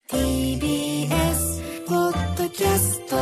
TBS ポッドキャスト、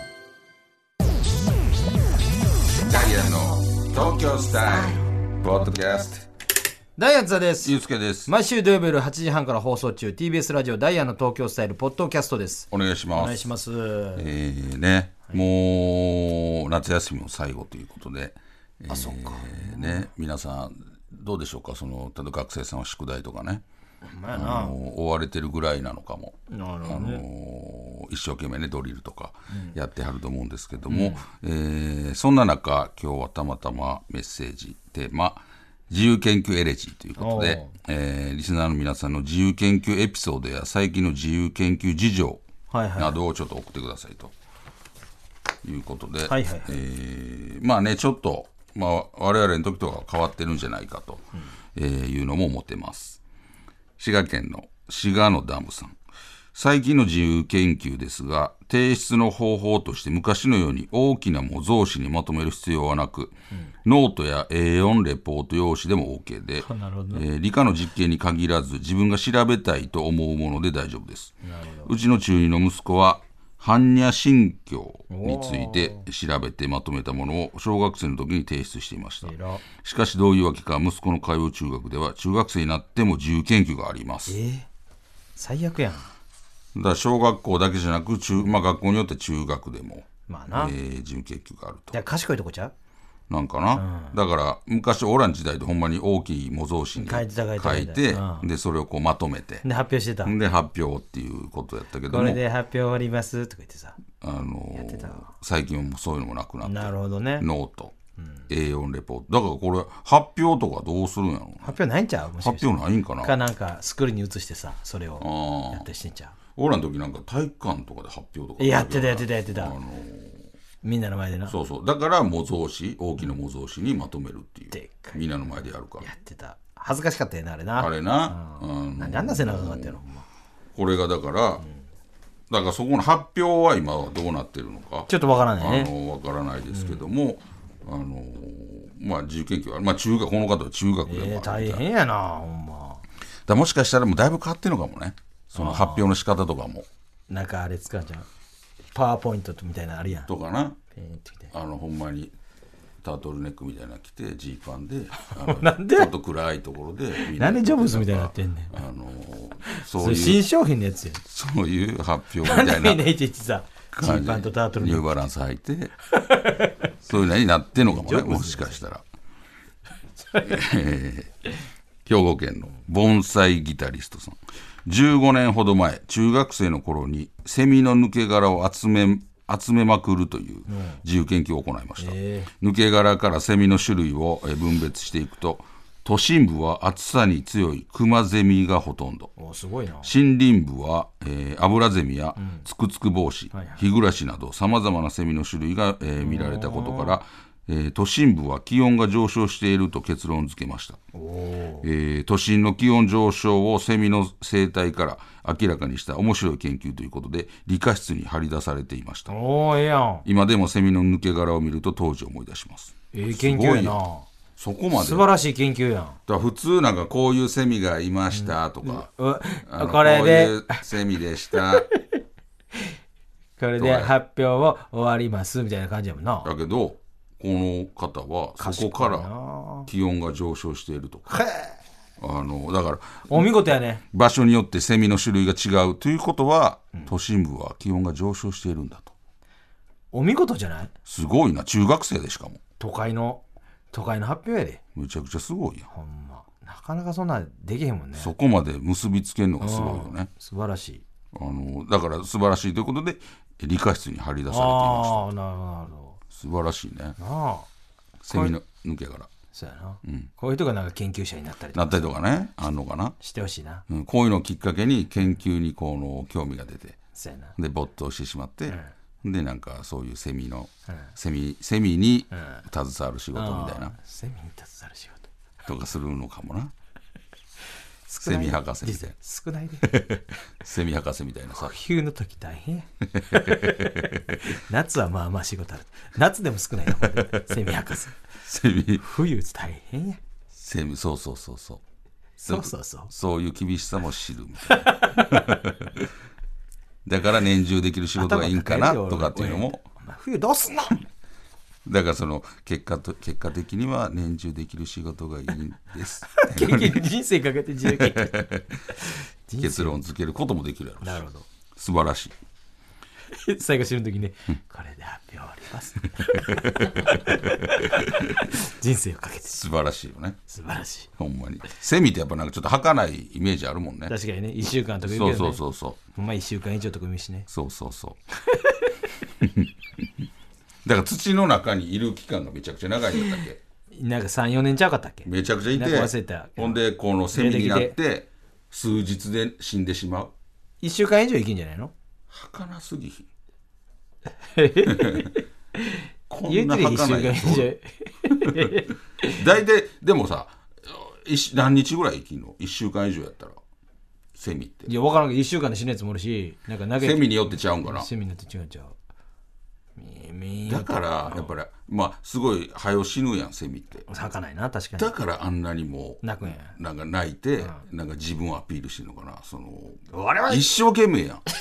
ダイアンの東京スタイルポッドキャスト。 ダイアンツァです。 ゆうすけです。 毎週土曜日夜8時半から放送中 TBS ラジオダイアンの東京スタイルポッドキャストです。 お願いします。 お願いします。 ね、もう夏休みも最後ということで、 あ、そっか。 ね、皆さんどうでしょうか。例えば学生さんは宿題とかね、追われてるぐらいなのかも。 なるほどね。 一生懸命ねドリルとかやってはると思うんですけども、そんな中今日はたまたまメッセージテーマ自由研究エレジーということで、リスナーの皆さんの自由研究エピソードや最近の自由研究事情などをちょっと送ってくださいということで、まあねちょっと、我々の時とは変わってるんじゃないかと、いうのも思ってます。滋賀県の滋賀のダムさん、最近の自由研究ですが、提出の方法として昔のように大きな模造紙にまとめる必要はなく、ノートや A4 レポート用紙でも OK で、理科の実験に限らず自分が調べたいと思うもので大丈夫です。うちの中2の息子は般若心経について調べてまとめたものを小学生の時に提出していました。しかしどういうわけか息子の通う中学では中学生になっても自由研究があります。 最悪やん。 だから小学校だけじゃなく学校によって中学でも、自由研究があると。 じゃあ賢いとこちゃうなんかな、だから昔オラン時代でほんまに大きい模造紙に書いて、でそれをこうまとめてで発表してた。 で発表っていうことやったけども、 これで発表終わりますとか言ってさ、やってたわ。 最近はもうそういうのもなくなって、 なるほどね。 ノート、A4 レポートだからこれ発表とかどうするんやろ。 発表ないんちゃう。もしかして発表ないんかな。 なんかスクリーンに移してさ、それをやったりしてんちゃう。 俺らの時なんか体育館とかで発表とかやってた、みんなの前でな。 そうだから模造紙、大きな模造紙にまとめるっていう、みんなの前でやるからやってた。恥ずかしかったよな、あれな。なんであんな背中がってるの。 これがだからそこの発表は今はどうなってるのかちょっとわからないね。 わからないですけども、自由研究は、中学、この方は中学でもあるみたいな。 大変やな、ほんま。 だもしかしたらもうだいぶ変わってるのかもね、その発表の仕方とかも。 なんかあれ使うじゃん、パワーポイントみたいなのあるやんとかな、ほんまにタートルネックみたいなの着てジーパンでなんでちょっと暗いところでなんでジョブズみたいになってんねん。そういう新商品のやつやん。 そういう発表みたいな。 なんでみんないちいちさジーパンとタートルネックニューバランス履いてそういうのになってんのかもね、もしかしたら。兵庫県の盆栽ギタリストさん、15年ほど前中学生の頃にセミの抜け殻を集めまくるという自由研究を行いました。抜け殻からセミの種類を分別していくと、都心部は暑さに強いクマゼミがほとんど、 すごいな。 森林部は、アブラゼミやツクツクボウシ、ヒグラシなどさまざまなセミの種類が、見られたことから、都心部は気温が上昇していると結論付けました。都心の気温上昇をセミの生態から明らかにした面白い研究ということで理科室に張り出されていました。今でもセミの抜け殻を見ると当時を思い出します。 研究やな。 そこまで素晴らしい研究やん。 だ普通なんかこういうセミがいましたとか、 これでこういうセミでしたこれで発表を終わりますみたいな感じやもんな。 だけどこの方はそこから気温が上昇しているとか、だからお見事やね。 場所によってセミの種類が違うということは、都心部は気温が上昇しているんだと。 お見事じゃない。 すごいな、中学生でしかも都会の発表やで。 めちゃくちゃすごいやん。 ほんまなかなかそんなできへんもんね。 そこまで結びつけるのがすごいよね。 素晴らしい。 だから素晴らしいということで理科室に張り出されていました。 なるほど。 素晴らしいね。セミの抜け殻。 そうやな、こういう人がなんか研究者になったりとかね、あんのかな。 してほしいな、 こういうのをきっかけに研究にこの興味が出て、 そうやな。 で没頭してしまって、でなんかそういうセミに携わる仕事みたいな、 セミに携わる仕事とかするのかもな。セミ博士みたいな。 少ないでセミ博士みたいなさ。 冬の時大変夏はまあまあ仕事ある。夏でも少ないなセミ博士。冬大変や。 セミ、そうそういう厳しさも知るみたいなだから年中できる仕事がいいんかなとかっていうのも、 冬どうすんのだからその結果的には年中できる仕事がいいんです人生かけて自由研究結論付けることもできるやろ。 なるほど。 素晴らしい。 最後死ぬ時にね、これで発表終わります人生をかけて。 素晴らしいよね。 素晴らしい。 ほんまにセミってやっぱなんかちょっと儚いイメージあるもんね。 確かにね、1週間とか言うけどね。 そうほんま1週間以上とか見るしね。 そうだから土の中にいる期間がめちゃくちゃ長いんだったっけ。 なんか3、4年ちゃうかったっけ。 めちゃくちゃいなんか忘れたて、ほんでこのセミになって数日で死んでしまう。 1週間以上生きんじゃないの。 儚すぎひん言うてる1週間以上大体でもさ、何日ぐらい生きんの。1週間以上やったらセミって。 いや分からんけど1週間で死ぬやつもおるし、なんか投げセミによってちゃうんかな。 セミによって違うちゃう。 だからやっぱりまあすごい早死ぬやんセミって。 咲かないな、確かに。 だからあんなにも泣くんや。 なんか泣いて、なんか自分をアピールしてるのかな。その我々 一生懸命やん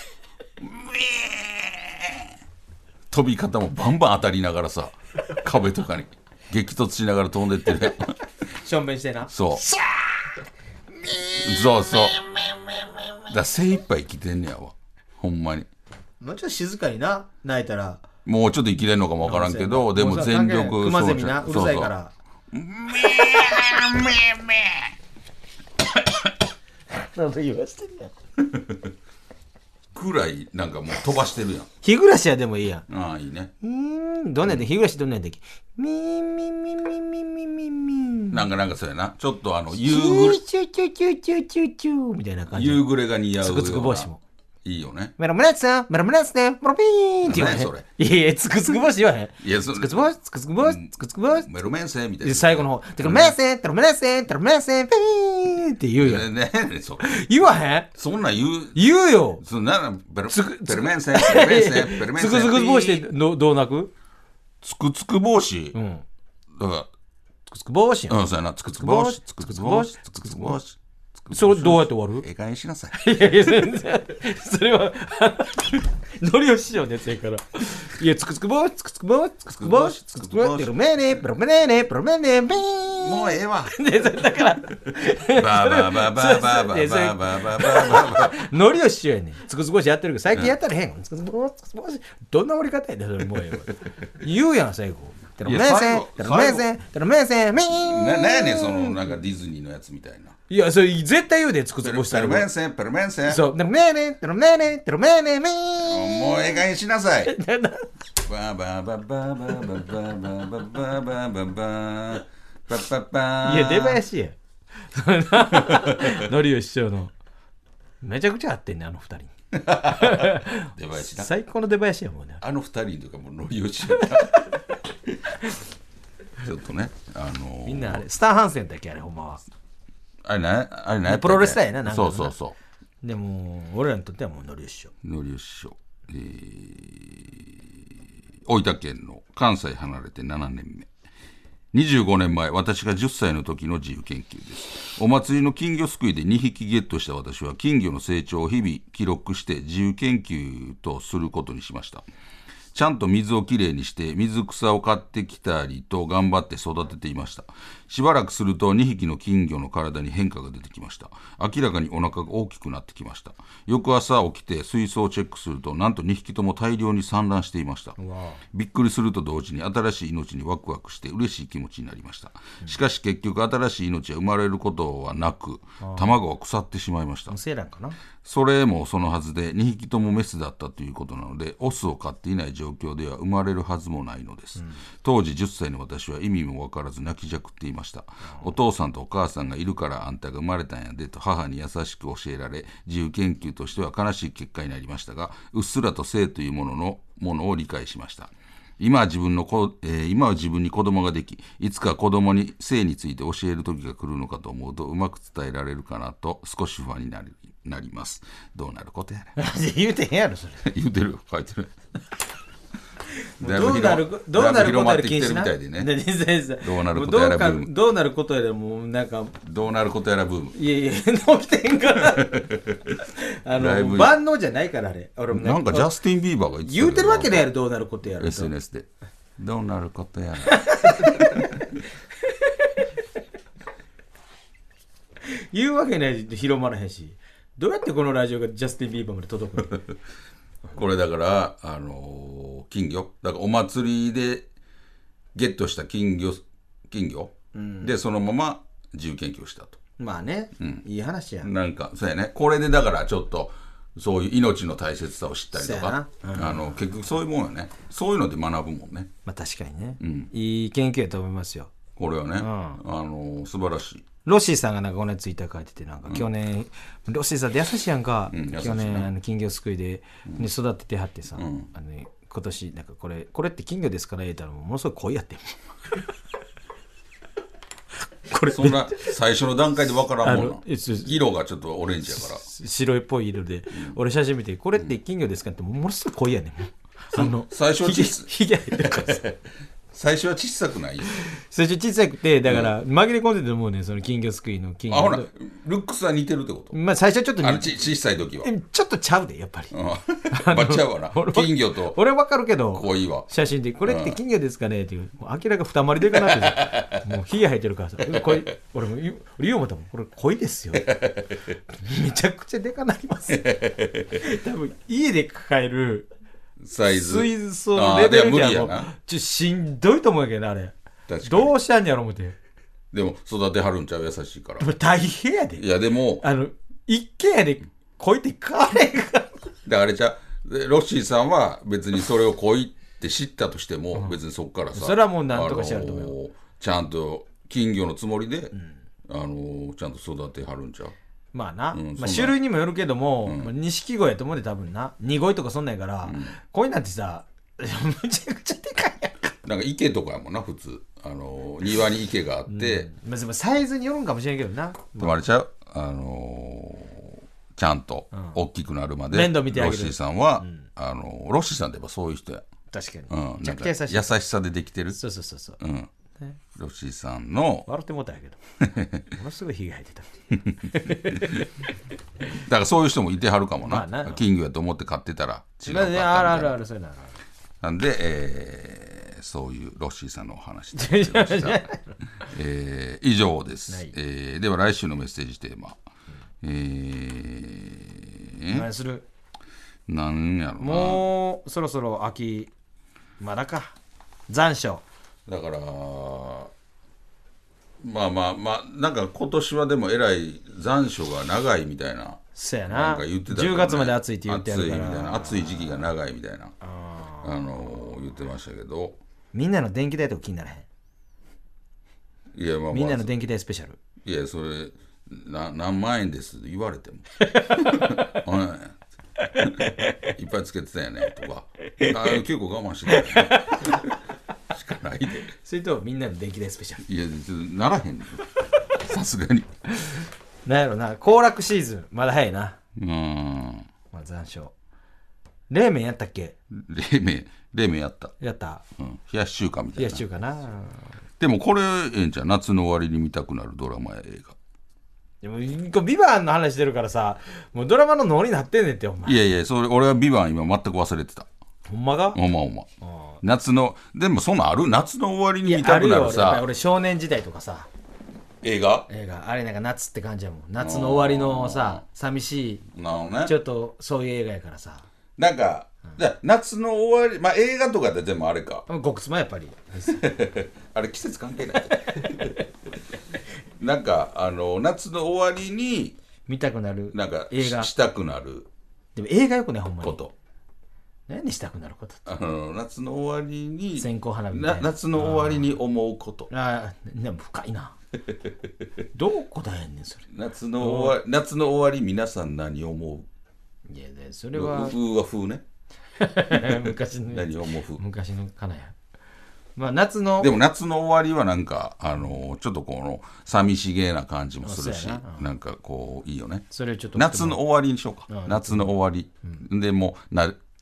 飛び方もバンバン当たりながらさ、壁とかに激突しながら飛んでってるやんしょんべんしてな。 そうだから精一杯生きてんねやわほんまに。 もうちょっと静かにな泣いたら。 もうちょっと生きれんのかもわからんけど、でも全力。 クマゼミな、うるさいからなんと言わしてるやんくらいなんかもう飛ばしてるやん。 日暮らしはでもいいやん。 ああいいね。 どんなんで日暮らしどんなんやったっけ。ミーミミミミミミミなんかそうやな。ちょっと夕暮れチュチュチュチュチュチュみたいな感じ。 夕暮れが似合うような。 つくつく帽子もいいよね。 メラムラツさん、メラムラツね、メロピーンって言わへん。 何それ。 いやいや、つくつく帽子言わへん。 いや、 つくつく帽子、つくつく帽子、つくつく帽子。 メロメンセみたいな。 最後の方、てかメラセン、テロメラセン、テロメラセン、ピーンって言うやん。 ねそれ。 言わへん。 そんなん言う。 言うよ。 そんなペルメンセン、ペルメンセン、ペルメンセン。 つくつく帽子でどう泣く。 つくつく帽子。 うん。 だからつくつく帽子やん。 そうやな。つくつく帽子、つくつく帽子、つくつく帽子。 それどうやって終わる。 ええ加減しなさい。いやいや、全然。それは、ノリをしようね、やから。いや、つくつく帽子、つくつく帽子、つくつく帽子、つくつく帽子、ペロメーネ、ペロメーネ、ペロメーネ、ピーン。 もうええわ。 で、それだから。 ババババババババババ。 ノリをしようやねん。つくつく帽子やってるけど、最近やったらへん。つくつく帽子、つくつく帽子。どんな折り方やねん、それもうええわ。言うやん、最後。テロメーセン、テロメーセン、テロメーセン、ミーン。 なんやねん、そのなんかディズニーのやつみたいな。 いや、それ絶対言うで、つくつく帽子ペルメンセン、ペルメンセン。 そう、テロメーネ、テロメーネ、テロメーネ、ミーン。 もうええ加減しなさい。バババババババババババババババ。 いや、出囃子や。ノリオ師匠の。めちゃくちゃ合ってんね、あの二人。 出囃子な。 最高の出囃子やもんね。 あの二人とかもうノリオ師匠。ちょっとね、 みんなあれ、スターハンセンだっけ、あれ、ほんまは。 あれね、 プロレスラーやな、なんかな。 そう。 でも、俺らにとってはもうノリオ師匠。 ノリオ師匠。大分県の関西離れて7年目。25年前、私が10歳の時の自由研究です。お祭りの金魚すくいで2匹ゲットした私は金魚の成長を日々記録して自由研究とすることにしました。ちゃんと水をきれいにして水草を買ってきたりと頑張って育てていました。しばらくすると2匹の金魚の体に変化が出てきました。明らかにお腹が大きくなってきました。翌朝起きて水槽をチェックするとなんと2匹とも大量に産卵していました。びっくりすると同時に新しい命にワクワクして嬉しい気持ちになりました。しかし結局新しい命は生まれることはなく卵は腐ってしまいました。 セーランかな。 それもそのはずで2匹ともメスだったということなのでオスを飼っていない状況では生まれるはずもないのです、当時10歳の私は意味も分からず泣きじゃくっていました。お父さんとお母さんがいるからあんたが生まれたんやでと母に優しく教えられ自由研究としては悲しい結果になりましたがうっすらと性というものを理解しました。今は自分に子供ができいつか子供に性について教える時が来るのかと思うとうまく伝えられるかなと少し不安になります。どうなることやね言うてへんやろそれ。 言うてる書いてるどうなることやる気にしな。 だいぶ広まってきてるみたいでね。 ねどうなることやらブーム。 どうなることやらもうなんかどうなることやらブーム。 いやいや起きてんから万能じゃないからあれ。俺もなんかジャスティン・ビーバーが言うてるわけないやろ。どうなることやら SNS でどうなることやら言うわけないし広まらへんし、どうやってこのラジオがジャスティン・ビーバーまで届くのこれだから金魚だからお祭りでゲットした金魚、でそのまま自由研究をしたと。 まあね、いい話や。 なんかそうやね。これでだからちょっとそういう命の大切さを知ったりとか、結局そういうもんよね。そういうので学ぶもんね。 まあ確かにね、いい研究やと思いますよ。 これはね、素晴らしい。 ロッシーさんがなんかこのツイッター書いてて、なんか去年、ロッシーさんって優しいやんか、去年金魚すくいで、育ててはってさ、今年なんかこれって金魚ですから言ったらものすごい濃いやってこれそんな最初の段階で分からんもんな。色がちょっとオレンジやから白いっぽい色で、俺写真見てこれって金魚ですかってものすごい濃いやねん。 最初はひげ入ってるからさ最初は小さくないよ。 最初小さくてだから紛れ込んでて思うね、その金魚すくいの金魚。 ほらルックスは似てるってこと。 まあ最初はちょっと小さい時はちょっとちゃうでやっぱり。 バッチャうわな。金魚と俺分かるけど濃いわ。 写真でこれって金魚ですかねっていう、もう明らか二回りでかなってもうひげ生えてるからさ、俺も言う思ったもん、これ濃いですよめちゃくちゃでかなります多分家で抱えるサイズ水槽のレベルじゃもうしんどいと思うけどあれどうしたんやろ思って。 でも育てはるんちゃう、優しいから。 でも大変やで。 いやでも一軒家で恋って買われんからであれじゃロッシーさんは別にそれを恋って知ったとしても、別にそこからさそれはもう何とかしてやると思うよ、 ちゃんと金魚のつもりで、ちゃんと育てはるんちゃう。 まあな、まあ、種類にもよるけども、錦鯉やと思うで多分な、二鯉とかそんなんやから、鯉なんてさむちゃくちゃでかいやんか。 なんか池とかやもんな普通、庭に池があって、 まあ、サイズによるんかもしれんけどな。 でもあれちゃう、ちゃんと大きくなるまで、 面倒見てあげる。 ロッシーさんは、ロッシーさんってやっぱそういう人や。 確かに、 めちゃくちゃ優しい。優しさでできてる。 そうそうそうそう、 ロッシーさんの笑ってもうたんやけどものすごいひげ生えてただからそういう人もいてはるかもな、金魚やと思って買ってたら違うかったみたいな。 あるそういうのある。 なんで、そういうロッシーさんのお話でございました、以上です、では来週のメッセージテーマ、 何する。 なんやろな、 もうそろそろ秋まだか、残暑だからまあなんか今年はでもえらい残暑が長いみたいな。 そうやな、 なんか言ってたけどね、 10月まで暑いって言ってやるから、 暑いみたいな、暑い時期が長いみたいな言ってましたけど、 みんなの電気代とか気にならへん。 いやみんなの電気代スペシャル。 いやそれ何万円ですって言われてもいっぱいつけてたよねとか結構我慢してたよねしかないで。 それとみんなの電気代スペシャル。 いやならへんねんさすがに。 なんやろな、行楽シーズンまだ早いな。 まあ、残暑。冷麺やったっけ。 冷麺やった、 冷やし中華みたいな。 冷やし中華な。 でもこれええんちゃう、夏の終わりに見たくなるドラマや映画。 でもビバンの話してるからさ、もうドラマのノリになってんねんってお前。 いやそれ俺はビバン今全く忘れてた。 ほんまが。 ほんま夏のでもそんなんある、夏の終わりに見たくなるさ。 やっぱり俺少年時代とかさ、 映画あれなんか夏って感じやもん。夏の終わりのさ、寂しい、ちょっとそういう映画やからさ、 なんか夏の終わり、映画とかででもあれか、 極妻やっぱりあれ季節関係ないなんか夏の終わりに見たくなるなんか映画したくなる。 でも映画よくね、ほんまにこと何にしたくなることって、 夏の終わりに線香花火みたいな、 夏の終わりに思うこと。 でも深いなどう答えんねんそれ。 夏の終わり皆さん何思う。いやそれは風ね昔の何思う風、 昔のかなや。夏のでも夏の終わりはなんかちょっとこの寂しげな感じもするし、なんかこういいよね。 それちょっと夏の終わりにしようか、夏の終わり、でもう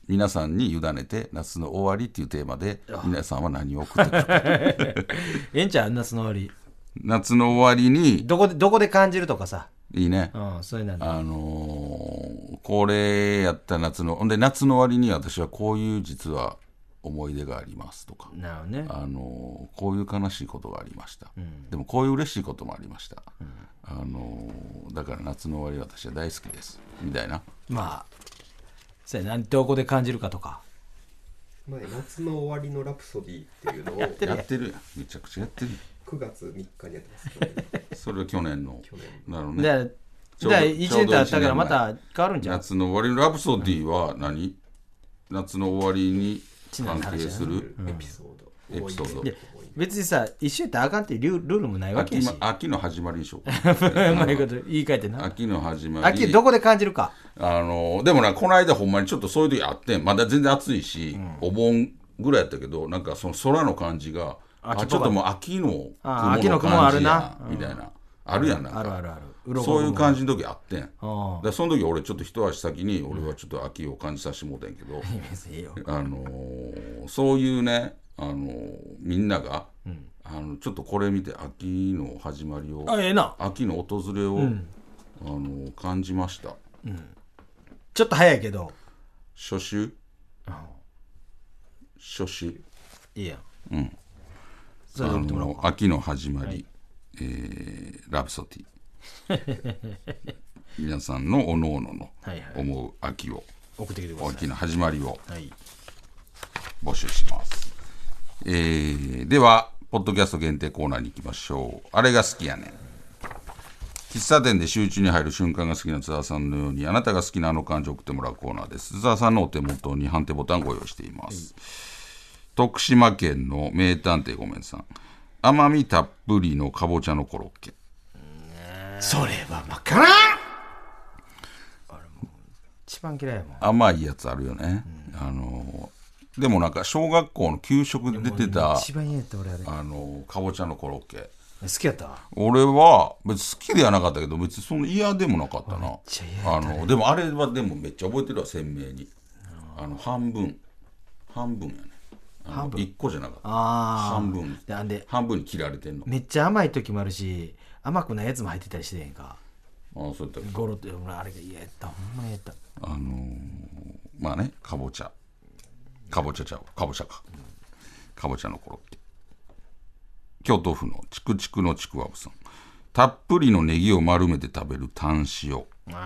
皆さんに委ねて夏の終わりっていうテーマで皆さんは何を送ってくるかええんちゃん夏の終わり夏の終わりにどこで感じるとかさ、 いいね、 そういうのあるこれやった夏のほんで夏の終わりに私はこういう実は思い出がありますとか、 なるほどね、 こういう悲しいことがありました、でもこういう嬉しいこともありました、だから夏の終わり私は大好きですみたいな。 まあそれどこで感じるかとか、 前夏の終わりのラプソディっていうのをやってるやん、めちゃくちゃやってる。 9月3日にやってますけど、ね、 それは去年のなるほどね。 で1年経ったからまた変わるんじゃん。 夏の終わりのラプソディは何、夏の終わりに関係するエピソード、 いや別にさ一緒やったらあかんっていうルールもないわけやし、 秋の始まりにしようかうまいこと言い換えてな、 秋の始まり、 秋どこで感じるか、 でもなこの間ほんまにちょっとそういう時あってん、まだ全然暑いし、お盆ぐらいやったけどなんかその空の感じがちょっともう秋の雲の感じやみたいな、あるやん、なんかあるそういう感じの時あってん。 あでその時俺ちょっと一足先に俺はちょっと秋を感じさせてもうたんやけど、 別にいいよそういうね、みんなが、ちょっとこれ見て秋の始まりを、 ええな、 秋の訪れを、感じました。 ちょっと早いけど初秋いいやうん、 それで見てもらおうか。 秋の始まり、ラプソディ皆さんのおのおのの思う秋を、 送ってきてください。 秋の始まりをはい募集します、ではポッドキャスト限定コーナーに行きましょう。あれが好きやねん。喫茶店で集中に入る瞬間が好きな津田さんのようにあなたが好きなあの漢字を送ってもらうコーナーです。津田さんのお手元に判定ボタンをご用意しています、徳島県の名探偵ごめんさん、甘みたっぷりのかぼちゃのコロッケ。 それはわからん。俺もう一番嫌いやもん。 甘いやつあるよね、でもなんか小学校の給食で出てた一番嫌やった俺あれ。 かぼちゃのコロッケ、 好きやったわ。 俺は別に好きではなかったけど別にその嫌でもなかったな。 ちゃ嫌やったでもあれはでもめっちゃ覚えてるわ鮮明に。半分やね。1個じゃなかった。半分なんで半分に切られてんの。 めっちゃ甘い時もあるし甘くないやつも入ってたりしてへんか。 そういったゴロって俺あれが嫌やった。ほんまに嫌やった。 まあね、かぼちゃかぼちゃのコロッケ。京都府のチクチクのちくわぶさん、たっぷりのネギを丸めて食べるタン塩。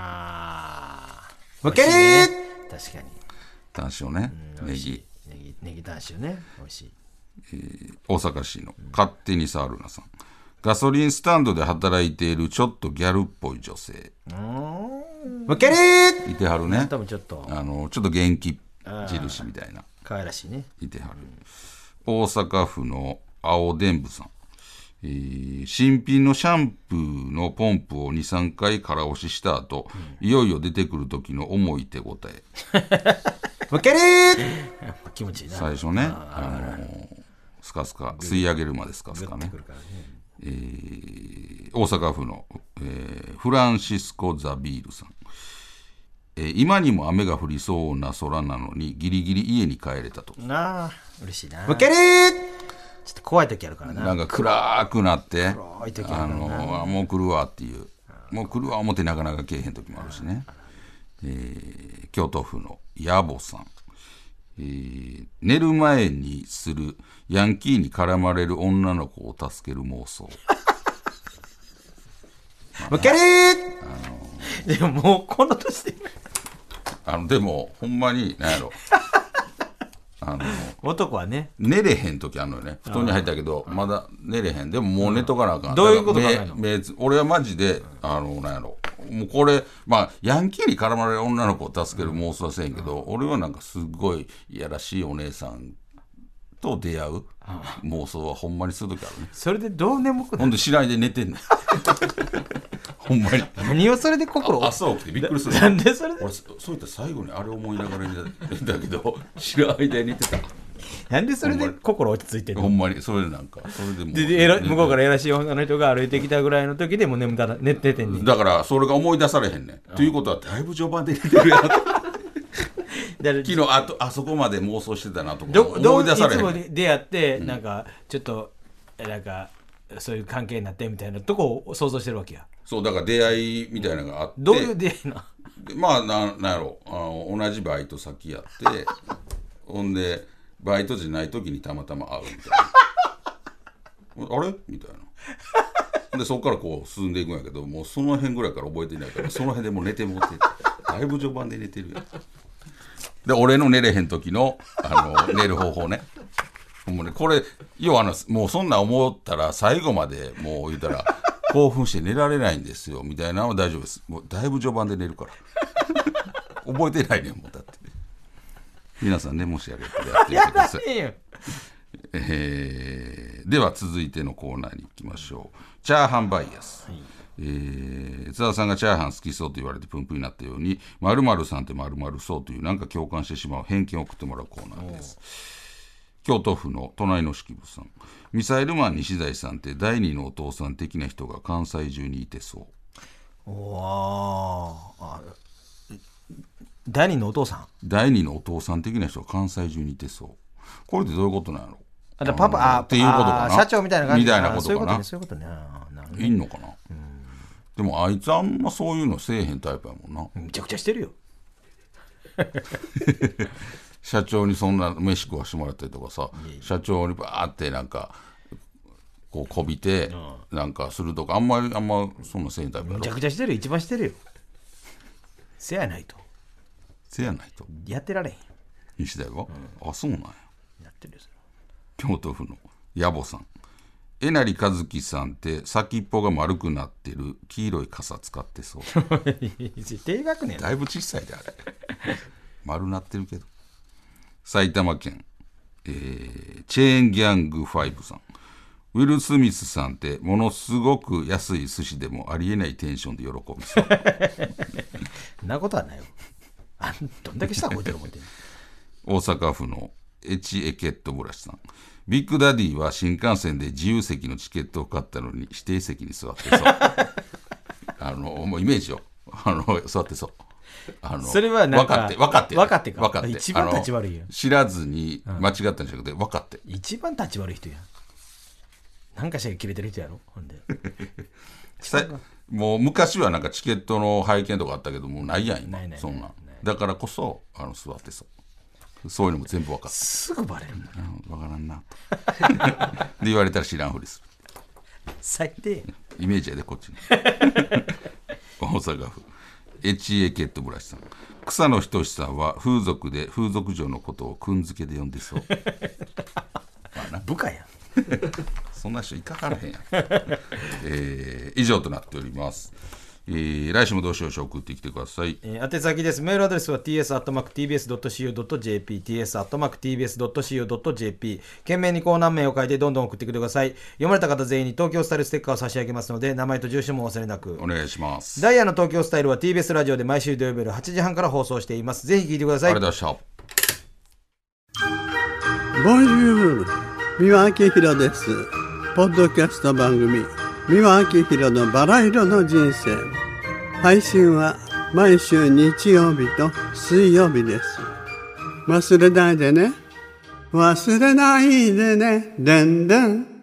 わかるー。確かにタン塩ね、ネギ。 ネギタン塩ね、美味しい。 大阪市の勝手にサールナさん、ガソリンスタンドで働いているちょっとギャルっぽい女性。 わかるー。 いてはるね。 多分ちょっとちょっと元気印みたいな可愛らしいね。 いてはる、大阪府の青伝部さん、新品のシャンプーのポンプを 2,3 回空押しした後、いよいよ出てくる時の重い手応え。 わかるー。気持ちいいな。 最初ね、スカスカ吸い上げるまでスカスカね。大阪府の、フランシスコ・ザビールさん、今にも雨が降りそうな空なのにギリギリ家に帰れたと。 なあ嬉しいな。わかるー。ちょっと怖い時あるからな。 なんか暗くなって暗い時あるからな。 もう来るわっていう、もう来るわ思ってなかなか来えへん時もあるしね。京都府のヤボさん、寝る前にするヤンキーに絡まれる女の子を助ける妄想。 わかるー。でももうこの年ででもほんまに何やろ男はね寝れへん時あるのよね。布団に入ったけどまだ寝れへん。でももう寝とかなあかん。 どういうこと考えんの？ 俺はマジで何やろ、もうこれヤンキーに絡まれる女の子を助ける妄想はせんけど、俺はなんかすごいいやらしいお姉さんと出会う妄想はほんまにする時あるね。 それでどう眠くなる？ ほんでしないで寝てんねん。ほんまに何をそれで心朝起きてびっくりする。 なんでそれで俺そういった最後にあれ思いながら寝てたけど知る間に寝てた。 なんでそれで心落ち着いてるの？ ほんまにそれでなんかそれでもうで向こうから偉しい女の人が歩いてきたぐらいの時でもう寝ててんねん。 だからそれが思い出されへんねん、ということはだいぶ序盤で寝てるやん。 昨日あそこまで妄想してたなとかど思い出されへん。 いつも出会って、なんかちょっとなんかそういう関係になってみたいなとこを想像してるわけや。 そうだから出会いみたいなのがあって、 どういう出会いな。 でまあなんやろ同じバイト先やってほんでバイトじゃない時にたまたま会うみたいなあれみたいなでそこからこう進んでいくんやけど、もうその辺ぐらいから覚えてないから、その辺でもう寝てもってだいぶ序盤で寝てるやん。で俺の寝れへん時の寝る方法ね。もうねこれ要はもうそんな思ったら最後までもう言ったら興奮して寝られないんですよみたいなのは大丈夫です。もうだいぶ序盤で寝るから覚えてないねんもう。だって皆さんね、もしやれたらやってみてください。では続いてのコーナーに行きましょう。チャーハンバイアス、津田さんがチャーハン好きそうと言われてプンプンになったように、〇〇さんって〇〇そうというなんか共感してしまう偏見を送ってもらうコーナーです。京都府の隣の式部さん、ミサイルマン西大さんって第二のお父さん的な人が関西中にいてそう。 第二のお父さん、 第二のお父さん的な人が関西中にいてそう。これってどういうことなんやろ。 パパっていうことかな。 社長みたいな感じみたいなことかな。 そういうことね。 いんのかな。でもあいつあんまそういうのせえへんタイプやもんな。 めちゃくちゃしてるよ。 社長にそんな飯食わしてもらったりとかさ、社長にバーってなんかこうこびてなんかするとか、あんまそんなせえへんタイプやろ。 めちゃくちゃしてるよ。一番してるよ。せやないとやってられへんよ。 西大が、あ、そうなんや。 やってるよ。 京都府の野暮さん、えなりかずきさんって先っぽが丸くなってる黄色い傘使ってそう。 低学年だいぶ小さいであれ丸なってるけど。埼玉県、チェーンギャング5さん、ウィル・スミスさんってものすごく安い寿司でもありえないテンションで喜びそう。 そんなことはないよ。どんだけ下動いてる思ってんの。 大阪府のエチエケットブラシさん、ビッグダディは新幹線で自由席のチケットを買ったのに指定席に座ってそう。もうイメージよ。座ってそう。 それはなんか分かって一番立ち悪いよ。 知らずに間違ったんじゃなくて分かって、 一番立ち悪い人やん。なんかしら切れてる人やろ。ほんでもう昔はなんかチケットの拝見とかあったけどもうないやん今。 ないそんなんだからこそ座ってそう。そういうのも全部分かってすぐバレるもん。 分からんなとで言われたら知らんふりする。 最低。 イメージやでこっちに。大阪府エチエケットブラシさん、草野仁さんは風俗で風俗嬢のことをくんづけで呼んでそう。 部下やん。 そんな人いかからへんやん。以上となっております。来週もどうしよう送ってきてください。 宛先です。メールアドレスは ts@tbs.co.jp ts@tbs.co.jp 懸命にコーナー名を書いてどんどん送ってきてください。読まれた方全員に東京スタイルステッカーを差し上げますので、名前と住所もお忘れなくお願いします。 ダイヤの東京スタイルは TBS ラジオで毎週土曜日夜8時半から放送しています。ぜひ聞いてください。 ありがとうございました。 ボンジュール、三輪明宏です。ポッドキャスト番組三輪明宏のバラ色の人生、配信は毎週日曜日と水曜日です。忘れないでね、忘れないでね、でんでん。